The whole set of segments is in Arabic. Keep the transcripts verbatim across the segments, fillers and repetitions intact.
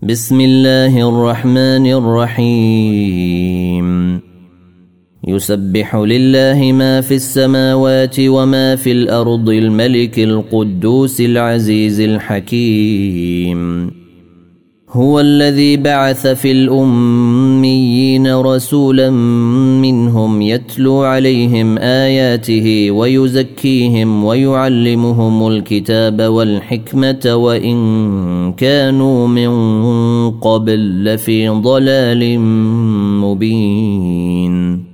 بسم الله الرحمن الرحيم يسبح لله ما في السماوات وما في الأرض الملك القدوس العزيز الحكيم هو الذي بعث في الأميين رسولا منهم يتلو عليهم آياته ويزكيهم ويعلمهم الكتاب والحكمة وإن كانوا من قبل لفي ضلال مبين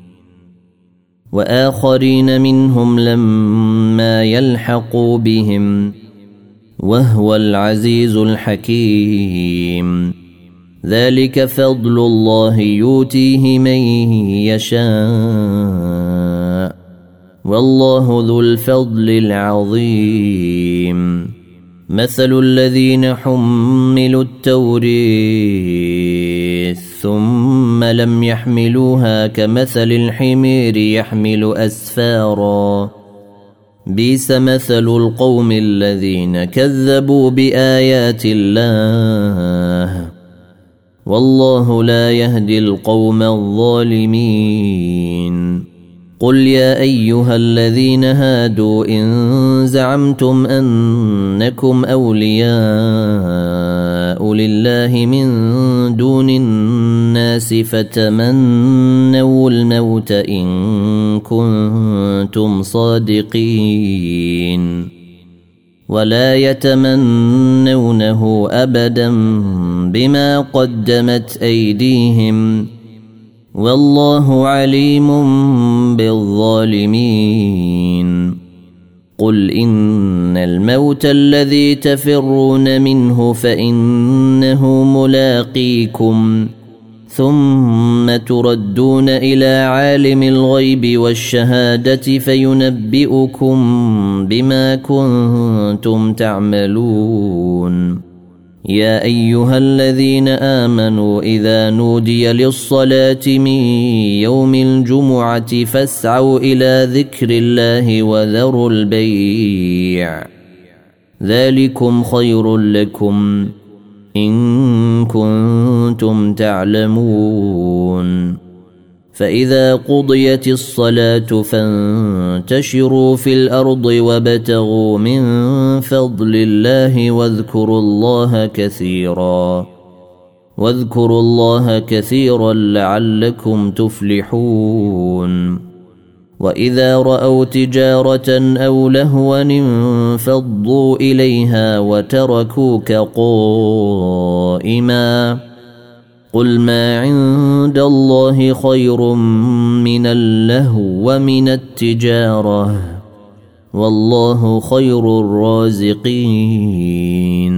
وآخرين منهم لما يلحقوا بهم وهو العزيز الحكيم ذلك فضل الله يؤتيه من يشاء والله ذو الفضل العظيم مثل الذين حملوا التوراة ثم لم يحملوها كمثل الحمير يحمل أسفارا بئس مثل القوم الذين كذبوا بآيات الله والله لا يهدي القوم الظالمين قل يا أيها الذين هادوا إن زعمتم أنكم أولياء لله من دون الناس فتمنوا الموت إن كنتم صادقين ولا يتمنونه أبدا بما قدمت أيديهم والله عليم بالظالمين قل إن الموت الذي تفرون منه فإنه ملاقيكم ثم تردون إلى عالم الغيب والشهادة فينبئكم بما كنتم تعملون يا أيها الذين آمنوا إذا نودي للصلاة من يوم الجمعة فاسعوا إلى ذكر الله وذروا البيع ذلكم خير لكم إن كنتم تعلمون فإذا قضيت الصلاة فانتشروا في الأرض وابتغوا من فضل الله واذكروا الله كثيرا واذكروا الله كثيرا لعلكم تفلحون وإذا رأوا تجارة أو لهوا انفضوا إليها وتركوك قائما قل ما عند الله خير من اللهو ومن التجارة والله خير الرازقين